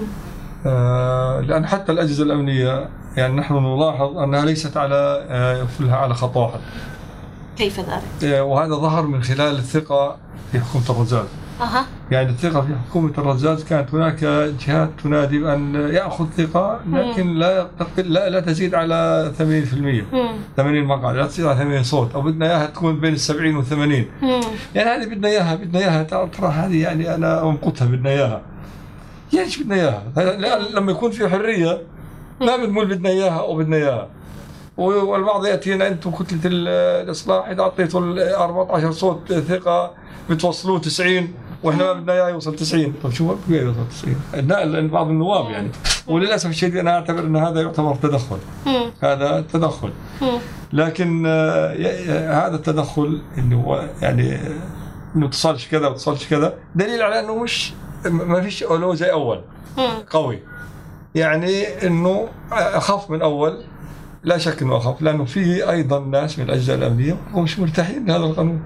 لأن حتى الأجهزة الأمنية يعني نحن نلاحظ أنها ليست على خط واحد. كيف ذلك؟ وهذا ظهر من خلال الثقة في حكومة الرزاز. يعني الثقة في حكومة الرزاز كانت هناك جهات تنادي بأن يأخذ ثقة، لكن لا تزيد على 80%. 80 مقعد، لا تزيد على 80 صوت، أو بدنا إياها تكون بين 70 و80. يعني هذه بدنا إياها ترى هذه يعني أنا أمقتها بدنا إياها. يعني إيش بدنا إياها؟ لما يكون في حرية ما بنقول بدنا إياها أو بدنا إياها. والبعض يأتينا أنتم كتلة الإصلاح إذا أعطيتوا 14 صوت ثقة بتوصلوه 90، وإحنا ما بدنا إياه يوصل 90. طب شو بقى يوصل 90؟ بعض النواب يعني. وللأسف الشديد أنا أعتبر أن هذا يعتبر تدخل. هذا تدخل. لكن هذا التدخل إنه هو يعني إنه تصلش كذا وتصلش كذا، دليل على إنه ما فيش أولو زي أول قوي. يعني إنه أخف من أول، لا شك إنه أخف، لأنه فيه أيضا ناس من الأجهزة الأمنية ومش مرتاحين لهذا القانون.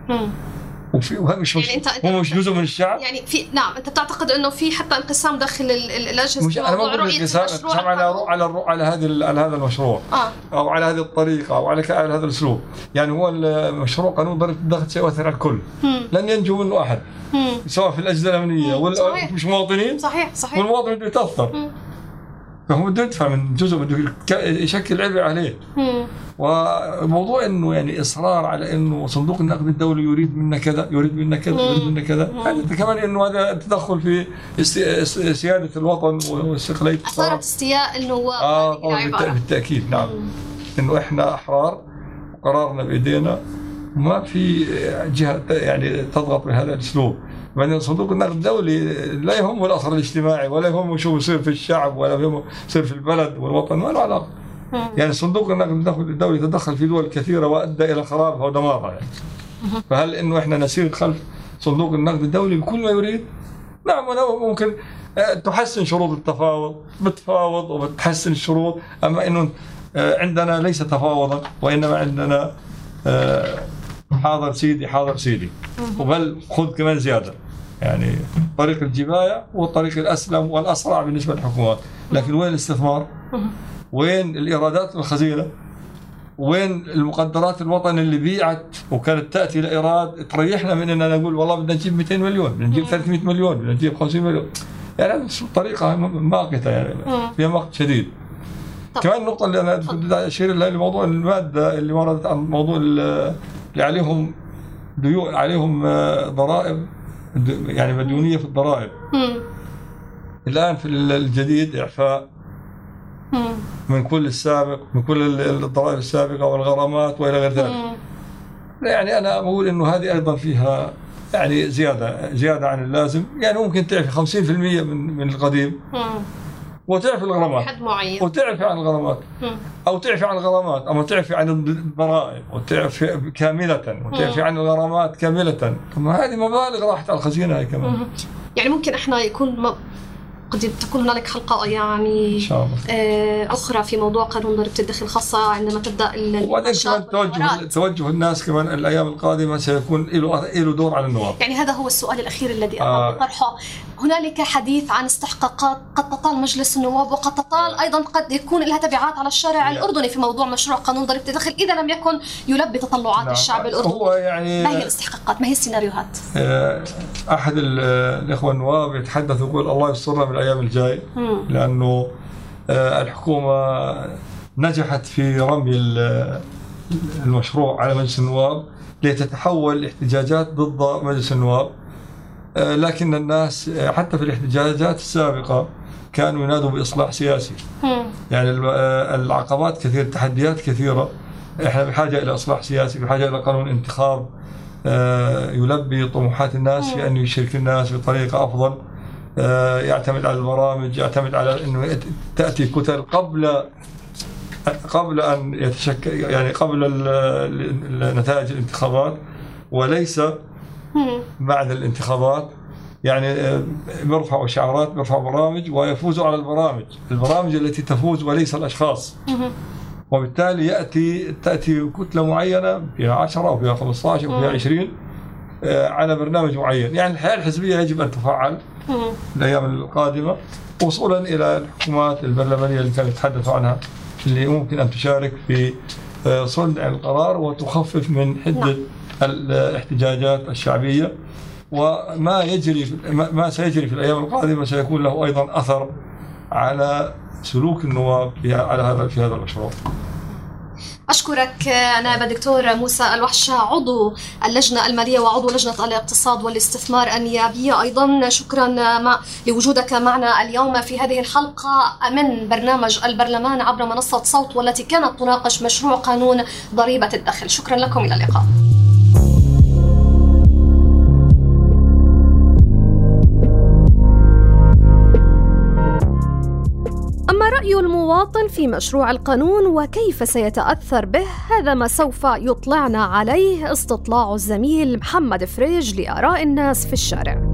يعني مش جزء من الشعب. يعني في نعم، أنت تعتقد إنه في حتى انقسام داخل الأجهزة؟ مش أنا ما بقول انقسام على هذا المشروع أو على هذه الطريقة أو على هذا الأسلوب. يعني هو المشروع قانون ضريبة الدخل سيؤثر على الكل. لن ينجو منه أحد، سواء في الأجهزة الأمنية ولا مش مواطنين. صحيح. والمواطن بده يتأثر، فهو بده يدفع من جزء، بده يشكل عبء عليه. وموضوع انه يعني اصرار على انه صندوق النقد الدولي يريد منا كذا، يريد منا كذا، هذا كمان انه هذا تدخل في سياده الوطن واستقلاليه. صارت استياء النواب. بالتاكيد نعم. انه احنا احرار وقرارنا بايدينا، ما في جهه يعني تضغط بهذا الاسلوب. بعدين صندوق النقد الدولي لا يهمه الاثر الاجتماعي، ولا يهمه شو بيصير في الشعب، ولا يهمه يصير في البلد والوطن، ما له علاقه. يعني صندوق النقد الدولي تدخل في دول كثيره وادى الى خرابها ودمارها يعني. فهل انه احنا نسير خلف صندوق النقد الدولي بكل ما يريد؟ نعم، ممكن تحسن شروط التفاوض، بتفاوض وبتحسن الشروط، اما انه عندنا ليس تفاوضا، وانما عندنا حاضر سيدي، وبل خذ كمان زياده. يعني طريق الجبايه هو الطريق الاسلم والاسرع بالنسبه للحكومات، لكن وين الاستثمار؟ وين الايرادات الخزينه؟ وين المقدرات الوطن اللي بيعت وكانت تاتي لايراد تريحنا من اننا نقول والله بدنا نجيب 200 مليون، بدنا نجيب 300 مليون، بدنا نجيب 50 مليون. يعني طريقه ماقته، يعني فيها مقت شديد. كمان النقطه اللي انا كنت اشير لها لموضوع الماده اللي وردت عن موضوع اللي عليهم ضرائب، يعني مديونيه في الضرائب. الان في الجديد اعفاء من كل السابق، من كل الضرائب السابقه والغرامات والى غير ذلك. يعني انا بقول انه هذه ايضا فيها يعني زياده عن اللازم. يعني ممكن تعفي 50% من القديم وتعفي الغرامات حد معين، وتعفي عن الغرامات، او تعفي عن الغرامات، او تعفي عن الضرائب، وتعفي كامله، وتعفي عن الغرامات كامله. ثم هذه مبالغ راحت على الخزينه هي كمان. يعني ممكن احنا قد تكون هنالك حلقة يعني أخرى في موضوع قانون ضريبة الدخل الخاصة عندما تبدأ النشاط. توجه الناس كمان الأيام القادمة سيكون له دور على النواب. يعني هذا هو السؤال الأخير الذي أردت طرحه. هنالك حديث عن استحقاقات قد تطال مجلس النواب، وقد تطال أيضا قد يكون لها تبعات على الشارع الأردني في موضوع مشروع قانون ضريبة الدخل إذا لم يكن يلبي تطلعات الشعب الأردني. هو يعني ما هي الاستحقاقات؟ ما هي السيناريوهات؟ أحد الإخوة النواب يتحدث يقول الله يسترنا من الأيام الجاي، لأنه الحكومة نجحت في رمي المشروع على مجلس النواب لتتحول احتجاجات ضد مجلس النواب. لكن الناس حتى في الاحتجاجات السابقة كانوا ينادوا بإصلاح سياسي. يعني العقبات كثيرة، التحديات كثيرة. احنا بحاجة إلى إصلاح سياسي، بحاجة إلى قانون انتخاب يلبي طموحات الناس في أن يشارك الناس بطريقة أفضل، يعتمد على البرامج، يعتمد على أنه تأتي كتل قبل أن يتشكل، يعني قبل نتائج الانتخابات وليس بعد الانتخابات. يعني بيرفعوا شعارات، بيرفعوا برامج ويفوزوا على البرامج التي تفوز وليس الأشخاص. وبالتالي تأتي كتلة معينة فيها 10 أو فيها 15 أو فيها 20 على برنامج معين. يعني الحياة الحزبية يجب أن تفعل الأيام القادمة وصولا إلى الحكومات البرلمانية اللي كانوا يتحدثوا عنها، اللي ممكن أن تشارك في صنع القرار وتخفف من حدة الاحتجاجات الشعبية. ما سيجري في الأيام القادمة سيكون له أيضا أثر على سلوك النواب في هذا المشروع. أشكرك نائب الدكتور موسى الوحشة، عضو اللجنة المالية وعضو لجنة الاقتصاد والاستثمار النيابية. أيضا شكرا لوجودك معنا اليوم في هذه الحلقة من برنامج البرلمان عبر منصة صوت، والتي كانت تناقش مشروع قانون ضريبة الدخل. شكرا لكم، إلى اللقاء. أما رأي المواطن في مشروع القانون وكيف سيتأثر به، هذا ما سوف يطلعنا عليه استطلاع الزميل محمد فريج لآراء الناس في الشارع.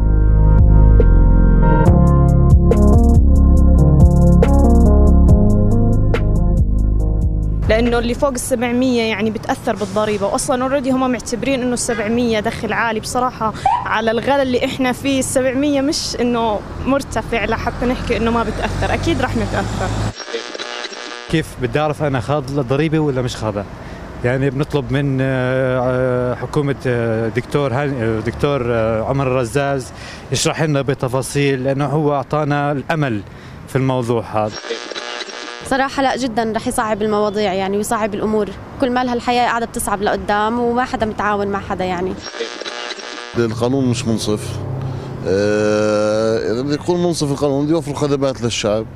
لأنه اللي فوق 700 يعني بتأثر بالضريبة، وأصلاً أوريدي هم معتبرين إنه 700 دخل عالي. بصراحة على الغلاء اللي إحنا فيه 700 مش إنه مرتفع لحتى نحكي إنه ما بتأثر، أكيد رح نتأثر. كيف بدي أعرف أنا خاض الضريبة ولا مش خاضها؟ يعني بنطلب من حكومة دكتور عمر الرزاز يشرح لنا بتفاصيل، لأنه هو أعطانا الأمل في الموضوع هذا. صراحة لا، جدا رح يصعب المواضيع يعني ويصعب الأمور، كل ما الحياة قاعدة بتصعب لقدام وما حدا متعاون مع حدا. يعني القانون مش منصف، إذا بده يكون منصف القانون بده يوفر خدمات للشعب،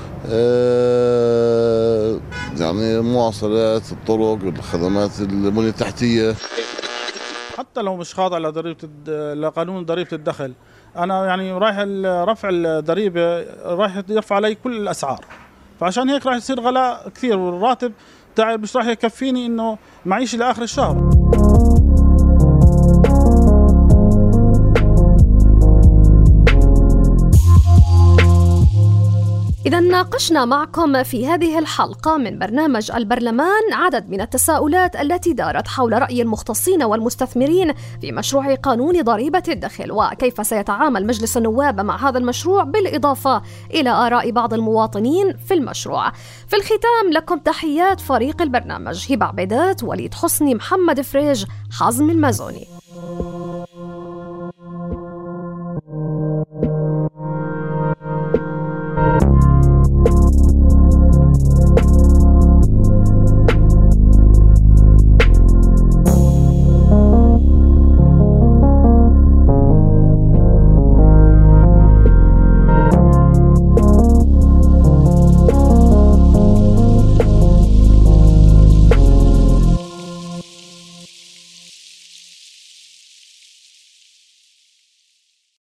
يعني مواصلات، الطرق، الخدمات البنية التحتية. حتى لو مش خاضع لقانون ضريبة الدخل، أنا يعني رايح رفع الضريبة رايح يرفع علي كل الأسعار، فعشان هيك راح يصير غلاء كثير، والراتب تاعي مش راح يكفيني انه معيش لاخر الشهر. إذا ناقشنا معكم في هذه الحلقة من برنامج البرلمان عدد من التساؤلات التي دارت حول رأي المختصين والمستثمرين في مشروع قانون ضريبة الدخل، وكيف سيتعامل مجلس النواب مع هذا المشروع، بالإضافة إلى آراء بعض المواطنين في المشروع. في الختام لكم تحيات فريق البرنامج: هبة عبيدات، وليد حسني، محمد فريج، حزم المازوني.